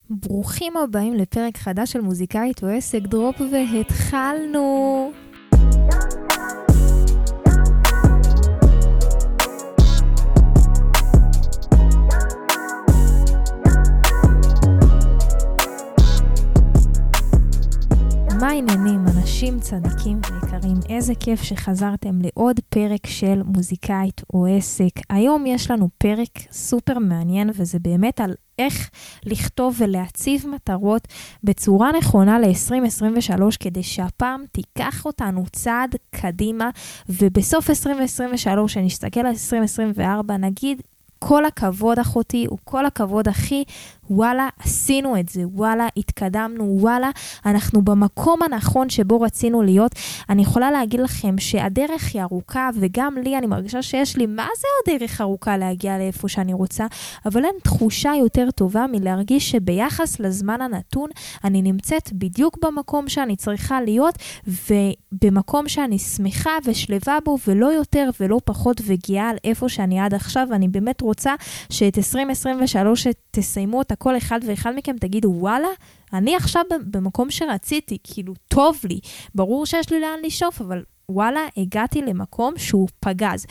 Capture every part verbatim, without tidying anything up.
ברוכים הבאים לפרק חדש של מוזיקאית או עסק דרופ והתחלנו. מה העניינים, אנשים צדיקים ויקרים? איזה כיף שחזרתם לעוד פרק של מוזיקאית או עסק. היום יש לנו פרק סופר מעניין, וזה באמת על איך לכתוב ולהציב מטרות בצורה נכונה ל-עשרים עשרים ושלוש, כדי שהפעם תיקח אותנו צעד קדימה, ובסוף עשרים עשרים ושלוש, שנסתכל על עשרים עשרים וארבע, נגיד, כל הכבוד אחותי, וכל הכבוד אחי, וואלה, עשינו את זה, וואלה, התקדמנו, וואלה, אנחנו במקום הנכון שבו רצינו להיות. אני יכולה להגיד לכם שהדרך היא ארוכה, וגם לי אני מרגישה שיש לי, מה זה עוד דרך ארוכה להגיע לאיפה שאני רוצה, אבל אין תחושה יותר טובה מלהרגיש שביחס לזמן הנתון, אני נמצאת בדיוק במקום שאני צריכה להיות, ובמקום שאני שמחה ושלווה בו, ולא יותר ולא פחות, וגאה על איפה שאני עד עכשיו. אני באמת רוצה שאת עשרים עשרים ושלוש תסיימו אותה, כל אחד ואחד מכם תגידו, וואלה, אני עכשיו במקום שרציתי, כאילו טוב לי, ברור שיש לי לאן לשאוף, אבל וואלה, הגעתי למקום שהוא פגז.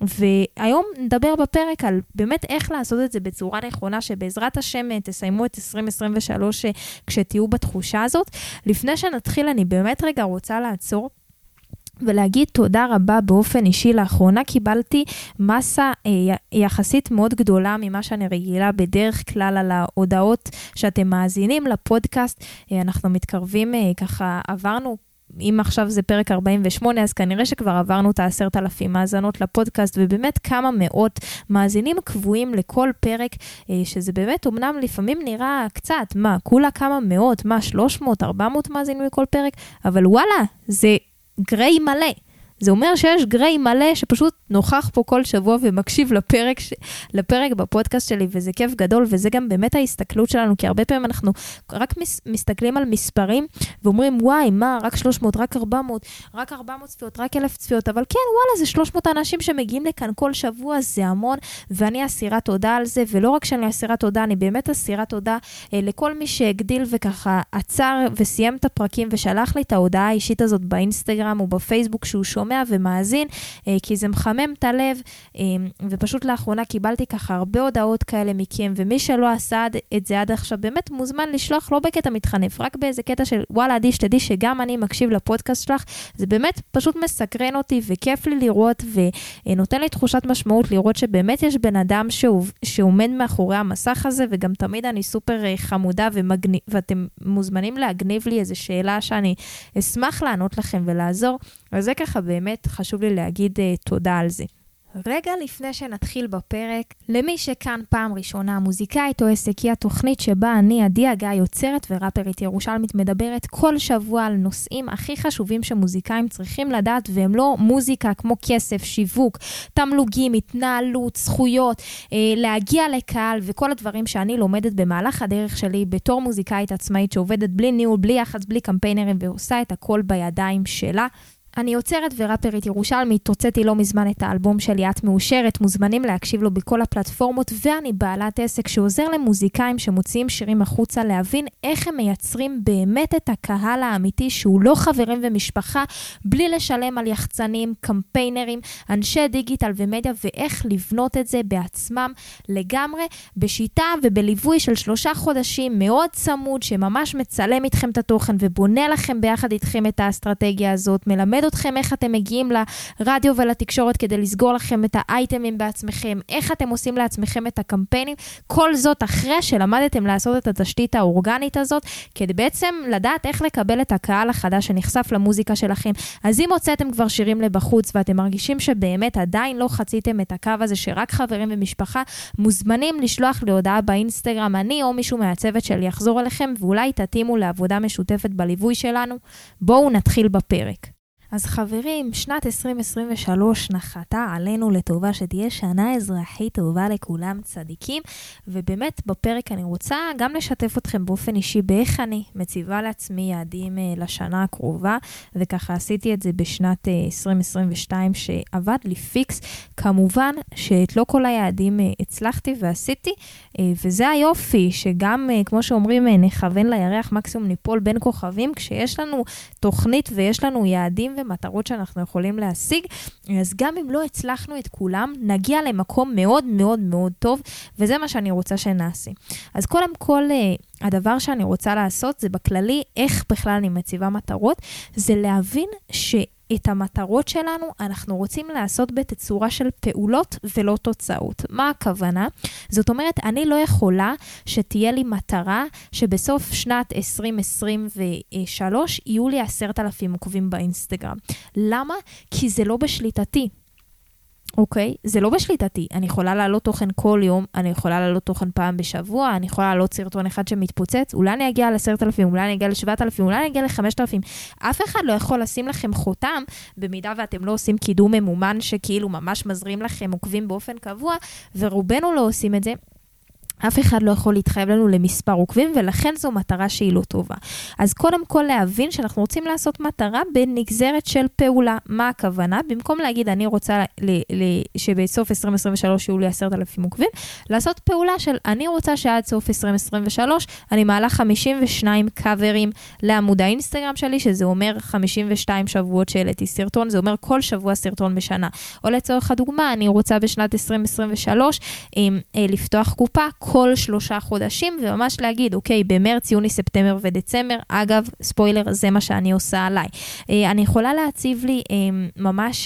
והיום נדבר בפרק על באמת איך לעשות את זה בצורה נכונה, שבעזרת השם תסיימו את עשרים עשרים ושלוש כשתהיו בתחושה הזאת. לפני שנתחיל, אני באמת רגע רוצה לעצור, ולהגיד תודה רבה באופן אישי. לאחרונה קיבלתי מסה אה, יחסית מאוד גדולה ממה שאני רגילה בדרך כלל על ההודעות שאתם מאזינים לפודקאסט. אה, אנחנו מתקרבים אה, ככה, עברנו, אם עכשיו זה פרק ארבעים ושמונה, אז כנראה שכבר עברנו את העשרת אלפים מאזנות לפודקאסט, ובאמת כמה מאות מאזינים קבועים לכל פרק, אה, שזה באמת אומנם לפעמים נראה קצת, מה, כולה כמה מאות, מה, שלוש מאות, ארבע מאות מאזינים לכל פרק, אבל וואלה, זה גריי מלא. זה אומר שיש גריי מלא שפשוט נוכח פה כל שבוע ומקשיב לפרק, ש... לפרק בפודקאסט שלי, וזה כיף גדול, וזה גם באמת ההסתכלות שלנו, כי הרבה פעמים אנחנו רק מס... מסתכלים על מספרים, ואומרים, וואי, מה, רק שלוש מאות, רק ארבע מאות, רק ארבע מאות צפיות, רק אלף צפיות, אבל כן, וואלה, זה שלוש מאות אנשים שמגיעים לכאן כל שבוע, זה המון, ואני אסירת תודה על זה, ולא רק שאני אסירת תודה, אני באמת אסירת תודה אה, לכל מי שהגדיל וככה עצר וסיים את הפרקים, ושלח לי את ההודעה האישית הזאת באינסטגרם או בפייסבוק שהוא שומע ומאזין, כי זה מחמם את הלב, ופשוט לאחרונה קיבלתי ככה הרבה הודעות כאלה מכם, ומי שלא עשה את זה עד עכשיו, באמת מוזמן לשלוח, לא בקטע מתחנף, רק באיזה קטע של וואלה, עדי שתדעי שגם אני מקשיב לפודקאסט שלך. זה באמת פשוט מסקרן אותי, וכיף לי לראות, ונותן לי תחושת משמעות לראות שבאמת יש בן אדם שעומד מאחורי המסך הזה, וגם תמיד אני סופר חמודה ומגניב, ואתם מוזמנים להגניב לי איזו שאלה שאני אשמח לענות לכם ולעזור. אז זה ככה באמת חשוב לי להגיד uh, תודה על זה. רגע לפני שנתחיל בפרק, למי שכאן פעם ראשונה, מוזיקאית או עסק היא התוכנית שבה אני, עדי הגיא, יוצרת ורפרית ירושלמית, מדברת כל שבוע על נושאים הכי חשובים שמוזיקאים צריכים לדעת, והם לא מוזיקה כמו כסף, שיווק, תמלוגים, התנהלות, זכויות, אה, להגיע לקהל וכל הדברים שאני לומדת במהלך הדרך שלי בתור מוזיקאית עצמאית שעובדת בלי ניהול, בלי יחץ, בלי קמפיינרים, ועושה את הכל בידיים שלה. אני יוצרת ורפרית ירושלמית, תוצאתי לא מזמן את האלבום שלי את מאושרת, מוזמנים להקשיב לו בכל הפלטפורמות, ואני בעלת עסק שעוזר למוזיקאים שמוציאים שירים החוצה להבין איך הם מייצרים באמת את הקהל האמיתי שהוא לא חברים ומשפחה, בלי לשלם על יחצנים, קמפיינרים, אנשי דיגיטל ומדיה, ואיך לבנות את זה בעצמם לגמרי, בשיטה ובליווי של שלושה חודשים מאוד צמוד, שממש מצלם איתכם את התוכן ובונה לכם ביחד איתכם את האסטרטגיה הזאת, מלמד אתכם איך אתם מגיעים לרדיו ולתקשורת כדי לסגור לכם את האייטמים בעצמכם, איך אתם עושים לעצמכם את הקמפיינים, כל זאת אחרי שלמדתם לעשות את התשתית האורגנית הזאת, כדי בעצם לדעת איך לקבל את הקהל החדש שנחשף למוזיקה שלכם. אז אם הוצאתם כבר שירים לבחוץ ואתם מרגישים שבאמת עדיין לא חציתם את הקו הזה שרק חברים ומשפחה, מוזמנים לשלוח להודעה באינסטגרם, אני או מישהו מהצוות שלי יחזור אליכם, ואולי תתאימו לעבודה משותפת בליווי שלנו. בואו נתחיל בפרק. אז חברים, שנת עשרים עשרים ושלוש נחתה עלינו לטובה, שתהיה שנה אזרחית טובה לכולם צדיקים, ובאמת בפרק אני רוצה גם לשתף אתכם באופן אישי באיך אני מציבה לעצמי יעדים לשנה הקרובה, וככה עשיתי את זה בשנת עשרים עשרים ושתיים שעבד לי פיקס. כמובן שאת לא כל היעדים הצלחתי ועשיתי, וזה היופי שגם כמו שאומרים נכוון לירח מקסימום ניפול בין כוכבים, כשיש לנו תוכנית ויש לנו יעדים ומטרות שאנחנו יכולים להשיג, אז גם אם לא הצלחנו את כולם, נגיע למקום מאוד מאוד מאוד טוב, וזה מה שאני רוצה שנעשה. אז קודם כל, הדבר שאני רוצה לעשות זה בכללי, איך בכלל אני מציבה מטרות, זה להבין ש... את המטרות שלנו אנחנו רוצים לעשות בתצורה של פעולות ולא תוצאות. מה הכוונה? זאת אומרת, אני לא יכולה שתהיה לי מטרה שבסוף שנת עשרים עשרים ושלוש יהיו לי עשרת אלפים עוקבים באינסטגרם. למה? כי זה לא בשליטתי. אוקיי? זה לא בשליטתי. אני יכולה לעלות תוכן כל יום, אני יכולה לעלות תוכן פעם בשבוע, אני יכולה לעלות סרטון אחד שמתפוצץ, אולי אני אגיע ל-עשרת אלפים, אולי אני אגיע ל-שבעת אלפים, אולי אני אגיע ל-חמשת אלפים. אף אחד לא יכול לשים לכם חותם, במידה ואתם לא עושים קידום ממומן שכאילו ממש מזרים לכם עוקבים באופן קבוע, ורובנו לא עושים את זה. אף אחד לא יכול להתחייב לנו למספר עוקבים, ולכן זו מטרה שהיא לא טובה. אז קודם כל להבין שאנחנו רוצים לעשות מטרה בנגזרת של פעולה. מה הכוונה? במקום להגיד, אני רוצה ל- ל- שבסוף עשרים עשרים ושלוש יהיו לי עשרת אלפים עוקבים, לעשות פעולה של, אני רוצה שעד סוף עשרים עשרים ושלוש, אני מעלה חמישים ושניים קאברים לעמוד האינסטגרם שלי, שזה אומר חמישים ושתיים שבועות שהעליתי סרטון, זה אומר כל שבוע סרטון בשנה. או לצורך הדוגמה, אני רוצה בשנת עשרים עשרים ושלוש עם, אה, לפתוח קופה, כל שלושה חודשים, וממש להגיד, אוקיי, במרץ, יוני, ספטמבר ודצמבר, אגב, ספוילר, זה מה שאני עושה עליי. אני יכולה להציב לי ממש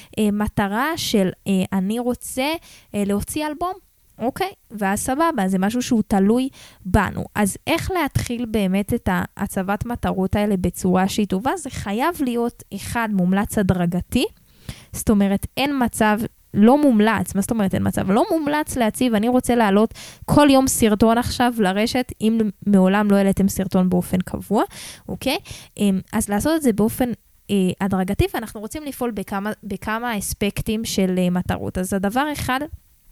מטרה של אני רוצה להוציא אלבום, אוקיי? ואז סבבה, זה משהו שהוא תלוי בנו. אז איך להתחיל באמת את הצבת מטרות האלה בצורה שהיא טובה? זה חייב להיות אחד מומלץ הדרגתי, זאת אומרת, אין מצב לא מומלץ, מה זאת אומרת אין מצב? לא מומלץ להציב, אני רוצה לעלות כל יום סרטון עכשיו לרשת, אם מעולם לא העליתם סרטון באופן קבוע, אוקיי? אז לעשות את זה באופן הדרגתי, ואנחנו רוצים לפעול בכמה, בכמה אספקטים של מטרות. אז הדבר אחד,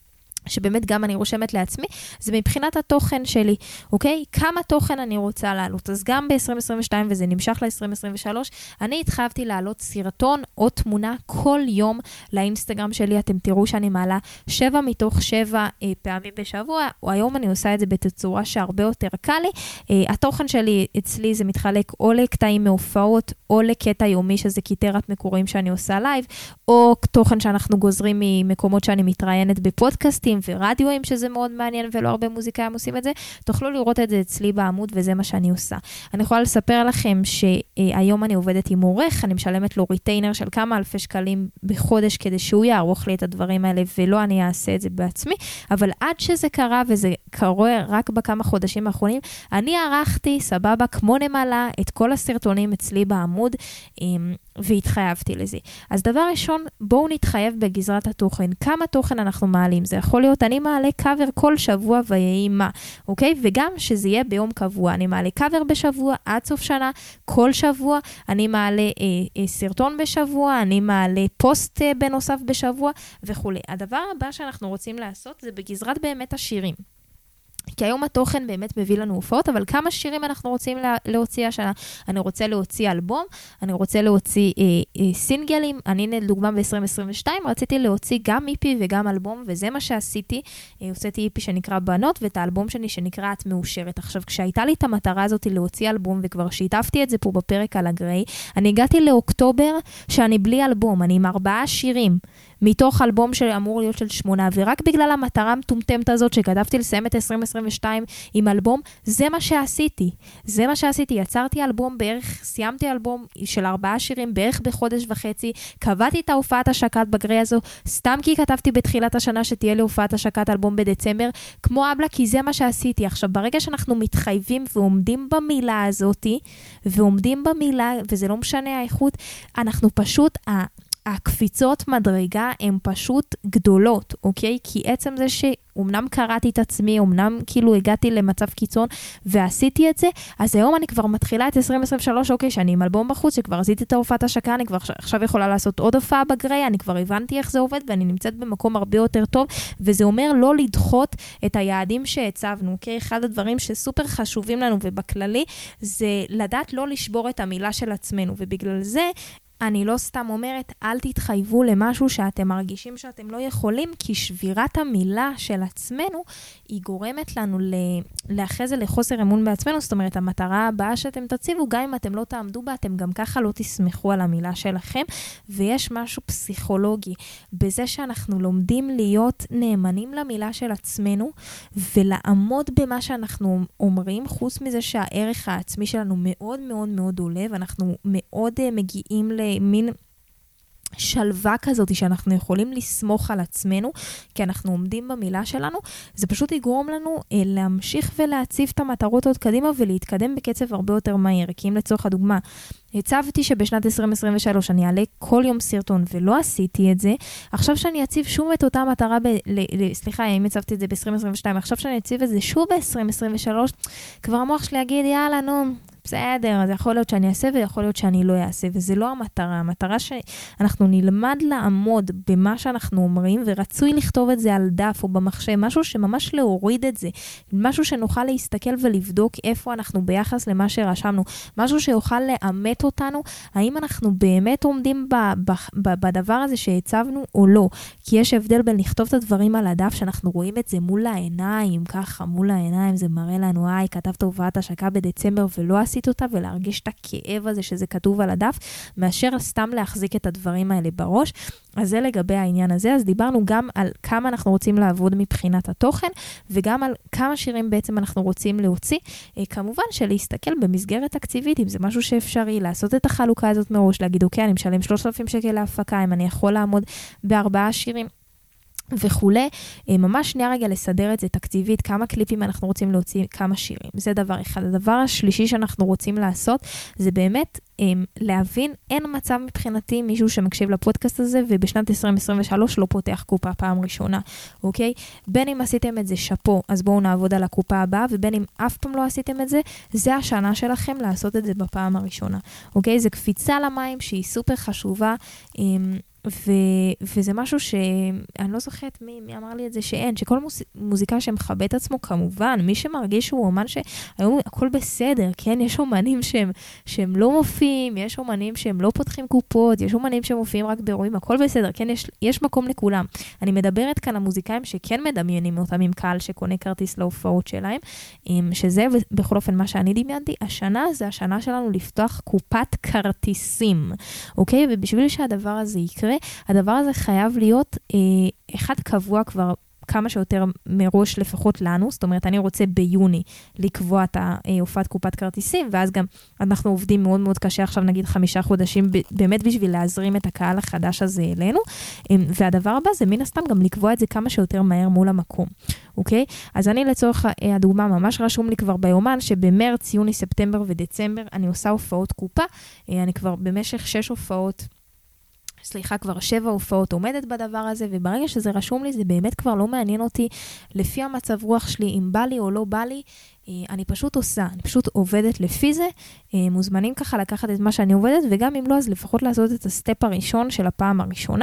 שבאמת גם אני רושמת לעצמי, זה מבחינת התוכן שלי, אוקיי? כמה תוכן אני רוצה לעלות. אז גם ב-עשרים עשרים ושתיים, וזה נמשך ל-עשרים עשרים ושלוש, אני התחייבתי לעלות סרטון או תמונה כל יום לאינסטגרם שלי. אתם תראו שאני מעלה שבע מתוך שבע אה, פעמים בשבוע, או היום אני עושה את זה בתצורה שהרבה יותר קל לי. אה, התוכן שלי אצלי זה מתחלק או לקטעים מהופעות, או לקטע יומי, שזה כיתרת מקורים שאני עושה לייב, או תוכן שאנחנו גוזרים ממקומות שאני מתראיינת בפודקאסטים, ורדיואים, שזה מאוד מעניין, ולא הרבה מוזיקאים עושים את זה. תוכלו לראות את זה אצלי בעמוד, וזה מה שאני עושה. אני יכולה לספר לכם שהיום אני עובדת עם עורך, אני משלמת לו ריטיינר של כמה אלפי שקלים בחודש, כדי שהוא יערוך לי את הדברים האלה, ולא אני אעשה את זה בעצמי, אבל עד שזה קרה, וזה קורה רק בכמה חודשים האחרונים, אני ערכתי סבבה כמו נמלה את כל הסרטונים אצלי בעמוד, והתחייבתי לזה. אז דבר ראשון, בואו נתחייב בגזרת התוכן. כמה תוכן אנחנו מעלים? זה יכול להיות, אני מעלה קאבר כל שבוע ויהי מה, אוקיי? וגם שזה יהיה ביום קבוע. אני מעלה קאבר בשבוע, עד סוף שנה, כל שבוע. אני מעלה אה, אה, סרטון בשבוע, אני מעלה פוסט אה, בנוסף בשבוע, וכו'. הדבר הבא שאנחנו רוצים לעשות, זה בגזרת באמת השירים. כי היום התוכן באמת מביא לנו הופעות, אבל כמה שירים אנחנו רוצים לה, להוציא השנה? אני רוצה להוציא אלבום, אני רוצה להוציא אה, אה, סינגלים, אני לדוגמה ב-עשרים עשרים ושתיים רציתי להוציא גם איפי וגם אלבום, וזה מה שעשיתי, אה, הוצאתי איפי שנקרא בנות, ואת האלבום שלי שנקרא את מאושרת. עכשיו, כשהייתה לי את המטרה הזאת להוציא אלבום, וכבר שיתפתי את זה פה בפרק על הגריי, אני הגעתי לאוקטובר שאני בלי אלבום, אני עם ארבעה שירים, מתוך אלבום שאמור להיות של שמונה, ורק בגלל המטרה המטומטמת הזאת שכתבתי לסיים את עשרים עשרים ושתיים עם אלבום, זה מה שעשיתי. זה מה שעשיתי. יצרתי אלבום בערך, סיימתי אלבום של ארבעה שירים בערך בחודש וחצי, קבעתי את ההופעת השקת בגרי הזו, סתם כי כתבתי בתחילת השנה שתהיה לי הופעת השקת אלבום בדצמבר, כמו אבלה, כי זה מה שעשיתי. עכשיו, ברגע שאנחנו מתחייבים ועומדים במילה הזאת, ועומדים במילה, וזה לא משנה האיכות, אנחנו פשוט, הקפיצות מדרגה הן פשוט גדולות, אוקיי? כי עצם זה שאומנם קראתי את עצמי, אומנם כאילו הגעתי למצב קיצון ועשיתי את זה, אז היום אני כבר מתחילה את עשרים עשרים ושלוש, אוקיי, שאני עם אלבום בחוץ, שכבר עשיתי את ההופעת השקה, אני כבר עכשיו יכולה לעשות עוד הופעה בגריי, אני כבר הבנתי איך זה עובד, ואני נמצאת במקום הרבה יותר טוב, וזה אומר לא לדחות את היעדים שהצבנו, אוקיי? אחד הדברים שסופר חשובים לנו ובכללי, זה לדעת לא לשבור את המילה של עצמנו, ובגלל זה אני לא סתם אומרת, אל תתחייבו למשהו שאתם מרגישים שאתם לא יכולים, כי שבירת המילה של עצמנו, היא גורמת לנו לאחרי זה לחוסר אמון בעצמנו, זאת אומרת, המטרה הבאה שאתם תציבו, גם אם אתם לא תעמדו בה, אתם גם ככה לא תסמכו על המילה שלכם, ויש משהו פסיכולוגי, בזה שאנחנו לומדים להיות נאמנים למילה של עצמנו, ולעמוד במה שאנחנו אומרים, חוץ מזה שהערך העצמי שלנו מאוד מאוד מאוד עולה, ואנחנו מאוד מגיעים ל... מין שלווה כזאת שאנחנו יכולים לסמוך על עצמנו, כי אנחנו עומדים במילה שלנו, זה פשוט יגרום לנו אה, להמשיך ולהציב את המטרות עוד קדימה, ולהתקדם בקצב הרבה יותר מהיר. כי אם לצורך הדוגמה, הצבתי שבשנת עשרים עשרים ושלוש אני אעלה כל יום סרטון, ולא עשיתי את זה, עכשיו שאני אציב שוב את אותה מטרה, ב- ל- ל- סליחה, אם הצבתי את זה ב-עשרים עשרים ושתיים, עכשיו שאני אציב את זה שוב ב-עשרים עשרים ושלוש, כבר המוח שלי יגיד, יאללה, נו, בסדר, אז יכול להיות שאני אעשה ויכול להיות שאני לא אעשה, וזה לא המטרה. המטרה שאנחנו נלמד לעמוד במה שאנחנו אומרים, ורצוי לכתוב את זה על דף או במחשב, משהו שממש להוריד את זה, משהו שנוכל להסתכל ולבדוק איפה אנחנו ביחס למה שרשמנו, משהו שיוכל לאמת אותנו, האם אנחנו באמת עומדים ב- ב- ב- בדבר הזה שהצבנו או לא, כי יש הבדל בין לכתוב את הדברים על הדף, שאנחנו רואים את זה מול העיניים, ככה מול העיניים, זה מראה לנו, היי, כתבת הופעת השקה בדצמבר ולא עשית אותה, ולהרגיש את הכאב הזה שזה כתוב על הדף, מאשר סתם להחזיק את הדברים האלה בראש. אז זה לגבי העניין הזה. אז דיברנו גם על כמה אנחנו רוצים לעבוד מבחינת התוכן, וגם על כמה שירים בעצם אנחנו רוצים להוציא. כמובן שלהסתכל במסגרת תקציבית, אם זה משהו שאפשרי, לעשות את החלוקה הזאת מראש, להגיד, אוקיי, אני משלם שלושת אלפים שקל להפקה, אם אני יכול לעמוד בארבעה שירים, וכולי, ממש שנייה רגע לסדר את זה תקציבית, כמה קליפים אנחנו רוצים להוציא, כמה שירים. זה דבר אחד. הדבר השלישי שאנחנו רוצים לעשות, זה באמת להבין, אין מצב מבחינתי מישהו שמקשיב לפודקאסט הזה, ובשנת עשרים עשרים ושלוש לא פותח קופה פעם ראשונה, אוקיי? בין אם עשיתם את זה שפו, אז בואו נעבוד על הקופה הבאה, ובין אם אף פעם לא עשיתם את זה, זה השנה שלכם לעשות את זה בפעם הראשונה, אוקיי? זה קפיצה למים שהיא סופר חשובה, ו- וזה משהו שאני לא זוכרת מי, מי אמר לי את זה שאין, שכל מוז- מוזיקה שמכבד את עצמו, כמובן, מי שמרגיש שהוא אומן שהיום הכל בסדר, כן? יש אומנים שהם, שהם לא מופיעים, יש אומנים שהם לא פותחים קופות, יש אומנים שמופיעים רק באירועים, הכל בסדר, כן? יש, יש מקום לכולם. אני מדברת כאן על מוזיקאים שכן מדמיינים אותם עם קהל שקונה כרטיס להופעות שלהם, שזה בכל אופן מה שאני דמיינתי, השנה זה השנה שלנו לפתוח קופת כרטיסים, אוקיי? ובשביל שהדבר הזה יקרה, הדבר הזה חייב להיות אה, אחד קבוע כבר כמה שיותר מראש לפחות לנו, זאת אומרת, אני רוצה ביוני לקבוע את ההופעת קופת כרטיסים, ואז גם אנחנו עובדים מאוד מאוד קשה עכשיו, נגיד חמישה חודשים, באמת בשביל להזרים את הקהל החדש הזה אלינו, והדבר הבא זה מן הסתם גם לקבוע את זה כמה שיותר מהר מול המקום, אוקיי? אז אני לצורך הדוגמה, ממש רשום לי כבר ביומן, שבמרץ, יוני, ספטמבר ודצמבר, אני עושה הופעות קופה, אני כבר במשך שש הופעות, סליחה, כבר שבע הופעות עומדת בדבר הזה, וברגע שזה רשום לי, זה באמת כבר לא מעניין אותי לפי המצב רוח שלי, אם בא לי או לא בא לי, אני פשוט עושה, אני פשוט עובדת לפי זה, מוזמנים ככה לקחת את מה שאני עובדת, וגם אם לא, אז לפחות לעשות את הסטפ הראשון של הפעם הראשונה,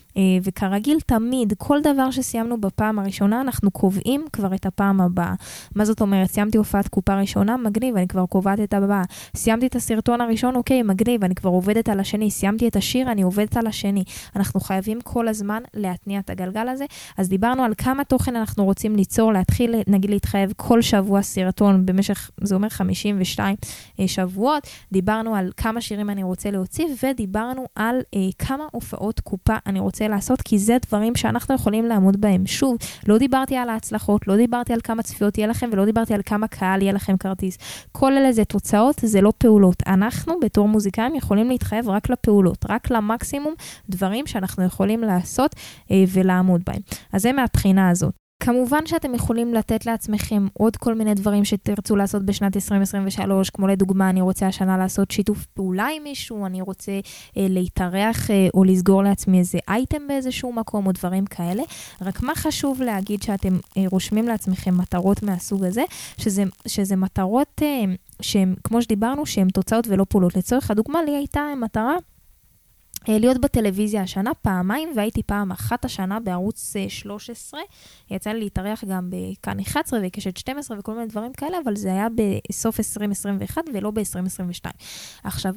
וכרגיל תמיד, כל דבר שסיימנו בפעם הראשונה, אנחנו קובעים כבר את הפעם הבאה. מה זאת אומרת? סיימתי הופעת קופה ראשונה, מגניב, אני כבר קובעת את הבאה. סיימתי את הסרטון הראשון, אוקיי, מגניב, אני כבר עובדת על השני. סיימתי את השיר, אני עובדת על השני. אנחנו חייבים כל הזמן להתניע את הגלגל הזה. אז דיברנו על כמה תוכן אנחנו רוצים ליצור, להתחיל, נגיד, להתחייב כל שבוע סרטון במשך, זה אומר חמישים ושתיים שבועות. דיברנו על כמה שירים אני רוצה להוציא, ודיברנו על אה, כמה הופעות קופה אני רוצה לעשות, כי זה דברים שאנחנו יכולים לעמוד בהם. שוב, לא דיברתי על ההצלחות, לא דיברתי על כמה צפיות יהיה לכם, ולא דיברתי על כמה קהל יהיה לכם כרטיס. כל אלה זה תוצאות, זה לא פעולות. אנחנו בתור מוזיקאים יכולים להתחייב רק לפעולות, רק למקסימום דברים שאנחנו יכולים לעשות אה, ולעמוד בהם. אז זה מהבחינה הזאת. כמובן שאתם יכולים לתת לעצמכם עוד כל מיני דברים שתרצו לעשות בשנת עשרים עשרים ושלוש, כמו לדוגמה, אני רוצה השנה לעשות שיתוף פעולה עם מישהו, אני רוצה אה, להתארח אה, או לסגור לעצמי איזה אייטם באיזשהו מקום או דברים כאלה. רק מה חשוב להגיד שאתם אה, רושמים לעצמכם מטרות מהסוג הזה, שזה, שזה מטרות אה, שהן, כמו שדיברנו, שהן תוצאות ולא פעולות. לצורך הדוגמה, לי הייתה מטרה, להיות בטלוויזיה השנה פעמיים, והייתי פעם אחת השנה בערוץ שלוש עשרה, יצא לי להתארח גם בכאן אחת עשרה וקשת שתים עשרה וכל מיני דברים כאלה, אבל זה היה בסוף עשרים עשרים ואחת ולא ב-עשרים עשרים ושתיים. עכשיו,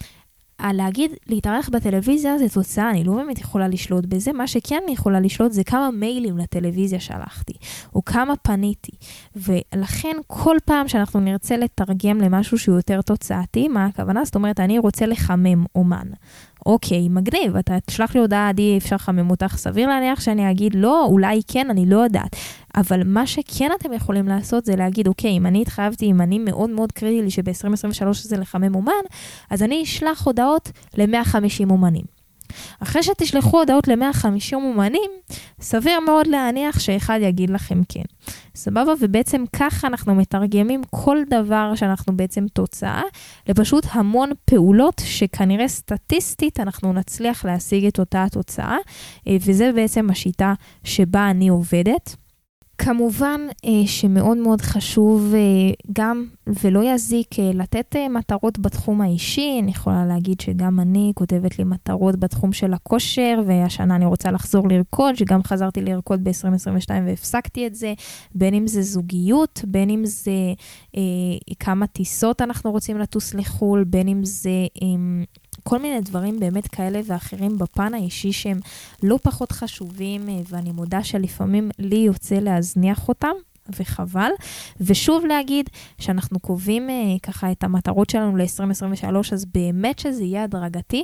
להגיד, להתארח בטלוויזיה זה תוצאה, אני לא באמת יכולה לשלוט בזה, מה שכן אני יכולה לשלוט זה כמה מיילים לטלוויזיה שלחתי, או כמה פניתי, ולכן כל פעם שאנחנו נרצה לתרגם למשהו שהוא יותר תוצאתי, מה הכוונה? זאת אומרת, אני רוצה לחמם אומן. אוקיי, מגניב, אתה תשלח לי הודעה, עדי, אפשר לחמם אותך, סביר להניח שאני אגיד, לא, אולי כן, אני לא יודעת. אבל מה שכן אתם יכולים לעשות זה להגיד, אוקיי, אם אני התחייבתי, אם אני מאוד מאוד קריטי לי שב-עשרים עשרים ושלוש זה לחמם אומן, אז אני אשלח הודעות ל-מאה וחמישים אומנים. אחרי שתשלחו הודעות ל-מאה וחמישים אומנים, סביר מאוד להניח שאחד יגיד לכם כן. סבבה, ובעצם ככה אנחנו מתרגמים כל דבר שאנחנו בעצם תוצאה, לפשוט המון פעולות שכנראה סטטיסטית אנחנו נצליח להשיג את אותה התוצאה, וזה בעצם השיטה שבה אני עובדת. כמובן שמאוד מאוד חשוב גם ולא יזיק לתת מטרות בתחום האישי. אני יכולה להגיד שגם אני כותבת לי מטרות בתחום של הכושר, והשנה אני רוצה לחזור לרקוד, שגם חזרתי לרקוד ב-עשרים עשרים ושתיים והפסקתי את זה, בין אם זה זוגיות, בין אם זה אה, כמה טיסות אנחנו רוצים לטוס לחול, בין אם זה אה, כל מיני דברים באמת כאלה ואחרים בפן האישי שהם לא פחות חשובים, ואני מודה שלפעמים לי יוצא להזניח אותם, וחבל. ושוב להגיד שאנחנו קובעים ככה את המטרות שלנו ל-עשרים עשרים ושלוש, אז באמת שזה יהיה הדרגתי,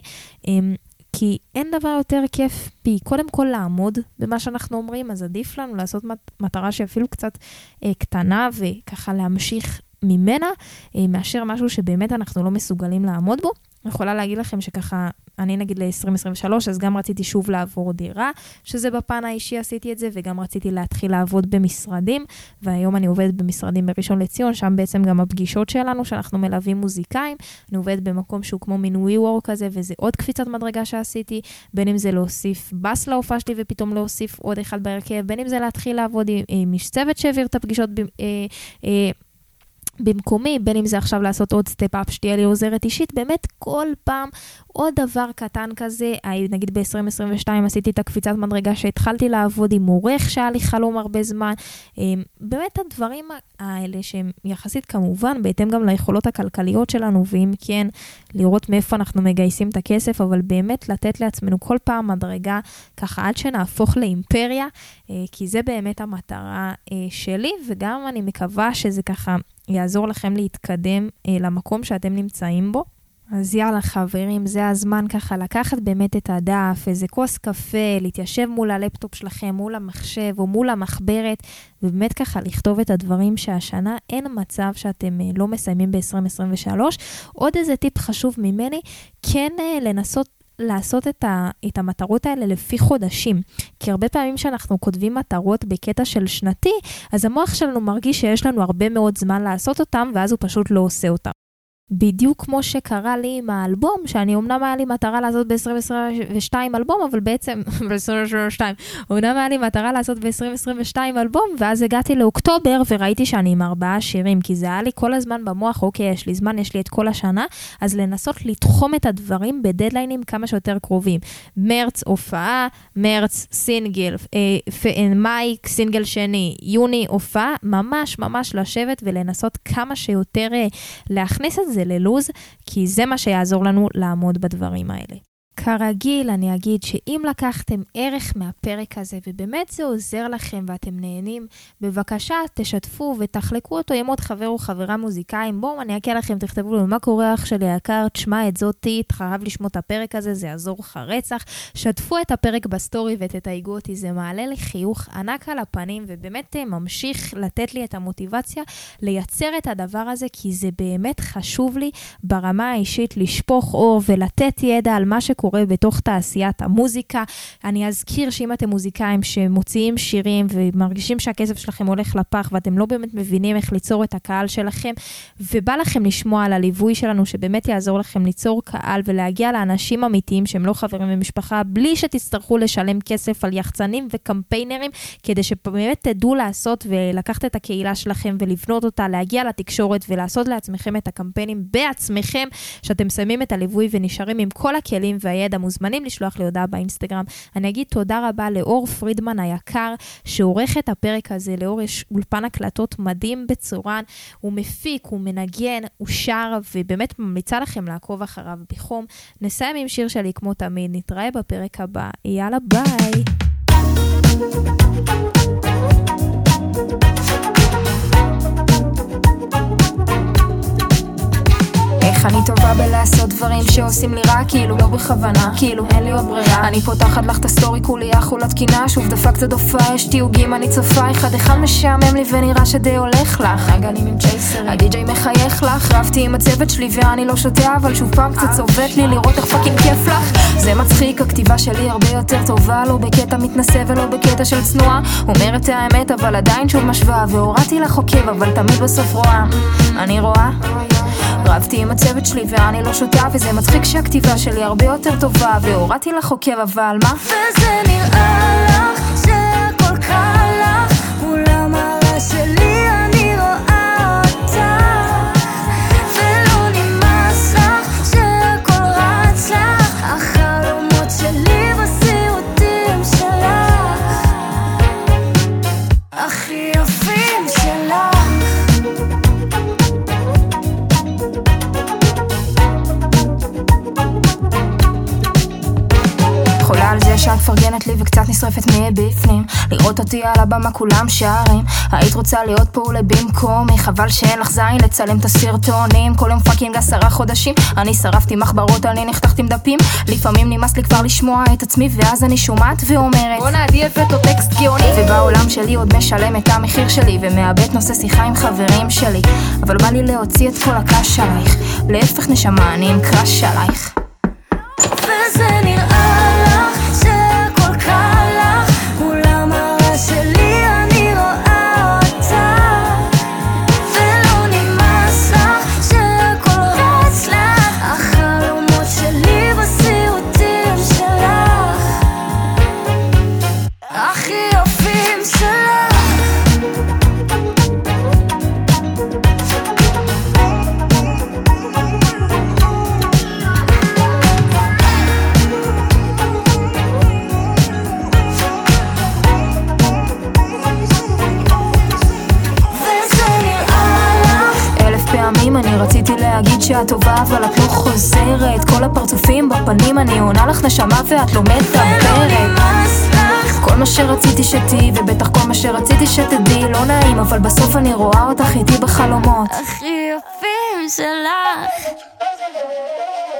כי אין דבר יותר כיף פי קודם כל לעמוד במה שאנחנו אומרים, אז עדיף לנו לעשות מטרה שאפילו קצת קטנה, וככה להמשיך ממנה, מאשר משהו שבאמת אנחנו לא מסוגלים לעמוד בו. אני יכולה להגיד לכם שככה, אני נגיד ל-עשרים עשרים ושלוש, אז גם רציתי שוב לעבור דירה, שזה בפן האישי עשיתי את זה, וגם רציתי להתחיל לעבוד במשרדים, והיום אני עובדת במשרדים בראשון לציון, שם בעצם גם הפגישות שלנו, שאנחנו מלווים מוזיקאים, אני עובדת במקום שהוא כמו מין ווי-וורק כזה, וזה עוד קפיצת מדרגה שעשיתי, בין אם זה להוסיף בס להופעה שלי, ופתאום להוסיף עוד אחד בהרכב, בין אם זה להתחיל לעבוד עם איש צוות שהעביר את הפגישות ב... במקומי, בין אם זה עכשיו לעשות עוד סטפ-אפ שתהיה לי עוזרת אישית, באמת כל פעם עוד דבר קטן כזה, נגיד ב-עשרים עשרים ושתיים עשיתי את הקפיצת מדרגה שהתחלתי לעבוד עם עורך שהיה לי חלום הרבה זמן, באמת הדברים האלה שהם יחסית כמובן, בהתאם גם ליכולות הכלכליות שלנו, ואם כן, לראות מאיפה אנחנו מגייסים את הכסף, אבל באמת לתת לעצמנו כל פעם מדרגה, ככה עד שנהפוך לאימפריה, כי זה באמת המטרה שלי, וגם אני מקווה שזה ככה יעזור לכם להתקדם אה, למקום שאתם נמצאים בו. אז יאללה חברים, זה הזמן ככה לקחת באמת את הדף, איזה כוס קפה, להתיישב מול הלפטופ שלכם, מול המחשב או מול המחברת, ובאמת ככה לכתוב את הדברים שהשנה אין מצב שאתם אה, לא מסיימים ב-עשרים עשרים ושלוש. עוד איזה טיפ חשוב ממני, כן אה, לנסות לעשות את, ה, את המטרות האלה לפי חודשים. כי הרבה פעמים שאנחנו כותבים מטרות בקטע של שנתי, אז המוח שלנו מרגיש שיש לנו הרבה מאוד זמן לעשות אותם, ואז הוא פשוט לא עושה אותם. בדיוק כמו שקרה לי עם האלבום, שאני אומנם היה לי מטרה לעשות ב-עשרים עשרים ושתיים אלבום, אבל בעצם, ב-עשרים עשרים ושתיים, אומנם היה לי מטרה לעשות ב-עשרים עשרים ושתיים אלבום, ואז הגעתי לאוקטובר וראיתי שאני עם ארבעה שירים, כי זה היה לי כל הזמן במוח, אוקיי, יש לי זמן, יש לי את כל השנה, אז לנסות לתחום את הדברים בדדליינים כמה שיותר קרובים. מרץ, הופעה, מרץ, סינגל, אה, מייק, סינגל שני, יוני, הופעה, ממש ממש לשבת ולנסות כמה שיותר אה, להכניס את זה ללוז, כי זה מה שיעזור לנו לעמוד בדברים האלה. כרגיל, אני אגיד שאם לקחתם ערך מהפרק הזה, ובאמת זה עוזר לכם ואתם נהנים, בבקשה תשתפו ותחלקו אותו עם עוד חבר או חברה מוזיקאים. בואו, אני אקל לכם, תכתבו לו, מה קורה אח שלי היקר, תשמע את זאתי, תחרב לשמוע את הפרק הזה, זה יעזור לך רצח. שתפו את הפרק בסטורי ותתייגו אותי, זה מעלה לי חיוך ענק על הפנים, ובאמת ממשיך לתת לי את המוטיבציה לייצר את הדבר הזה, כי זה באמת חשוב לי ברמה האישית לשפוך אור ולתת ידע על מה שקורה שקורה בתוך תעשיית המוזיקה. אני אזכיר שאם אתם מוזיקאים שמוציאים שירים ומרגישים שהכסף שלכם הולך לפח ואתם לא באמת מבינים איך ליצור את הקהל שלכם, ובא לכם לשמוע על הליווי שלנו שבאמת יעזור לכם ליצור קהל ולהגיע לאנשים אמיתיים שהם לא חברים ומשפחה, בלי שתצטרכו לשלם כסף על יחצנים וקמפיינרים, כדי שבאמת תדעו לעשות ולקחת את הקהילה שלכם ולבנות אותה, להגיע לתקשורת ולעשות לעצמכם את הקמפיינים בעצמכם, שאתם שמים את הליווי ונשארים עם כל הכלים והידע. מוזמנים לשלוח לי הודעה באינסטגרם. אני אגיד תודה רבה לאור פרידמן היקר, שעורך את הפרק הזה. לאור יש אולפן הקלטות מדהים בצורן, הוא מפיק, הוא מנגן, הוא שר, ובאמת ממליצה לכם לעקוב אחריו בחום. נסיים עם שיר שלי כמו תמיד, נתראה בפרק הבא, יאללה ביי. איך אני טובה בלעשות דברים שעושים לי רע, כאילו לא בכוונה, כאילו אין לי עוד ברירה. אני פותחת לך את הסטורי, כולי אחולה תקינה, שוב דפקת הדופה, יש תיוגים, אני צופה, אחד אחד משעמם לי ונראה שדי הולך לך. רגעים עם צ'ייסרי, הדי-ג'יי מחייך לך, רבתי עם הצוות שלי ואני לא שותה, אבל שוב פעם קצת צובט לי לראות איך פאקינג כיף לך. זה מצחיק, הכתיבה שלי הרבה יותר טובה, לא בקטע מתנסה ולא בקטע של צנועה, אומרת האמת אבל עדיין שוב משווה, והורדתי לך עוקב אבל תמיד בסוף רואה, אני רואה רבתי עם הצוות שלי ואני לא שותה, וזה מצחיק שהכתיבה שלי הרבה יותר טובה, והורדתי לך עוקב אבל מה? וזה נראה לך שהכל קל לך, מול המראה שלי אני רואה אותך, ולא נמאס לך שהכל רץ לך, החלומות שלי בסיוטים שלך, הכי יפים שלך. חולה על זה שאת פרגנת לי וקצת נשרפת מבפנים, לראות אותי על הבמה כולם שרים, היית רוצה להיות פה לבמקומי, חבל שאין לך זין לצלם את הסרטונים, כל יום פאקינג עשרה חודשים, אני שרפתי מחברות, אני נחתכתי עם דפים, לפעמים נמאס לי כבר לשמוע את עצמי, ואז אני שומעת ואומרת בוא נעדי אפת או טקסט גאוני, ובעולם שלי עוד משלם את המחיר שלי, ומאבד נושא שיחה עם חברים שלי, אבל בא לי להוציא את כל הקש עלייך, להפך נשמה אני עם קרש עלייך. וזה נראה לך שהכל קל לך, מול המראה שלי אני רואה אותך, ולא נמאס לך שהכל רץ לך, החלומות שלי בסיוטים שלך, הכי יפים שלך. אני רציתי להגיד שאת טובה אבל את לא חוזרת, כל הפרצופים בפנים אני עונה לך נשמה ואת לא מדברת, כל מה שרציתי שתהי ובטח כל מה שרציתי שתדעי, לא נעים אבל בסוף אני רואה אותך איתי בחלומות, הכי יפים שלך.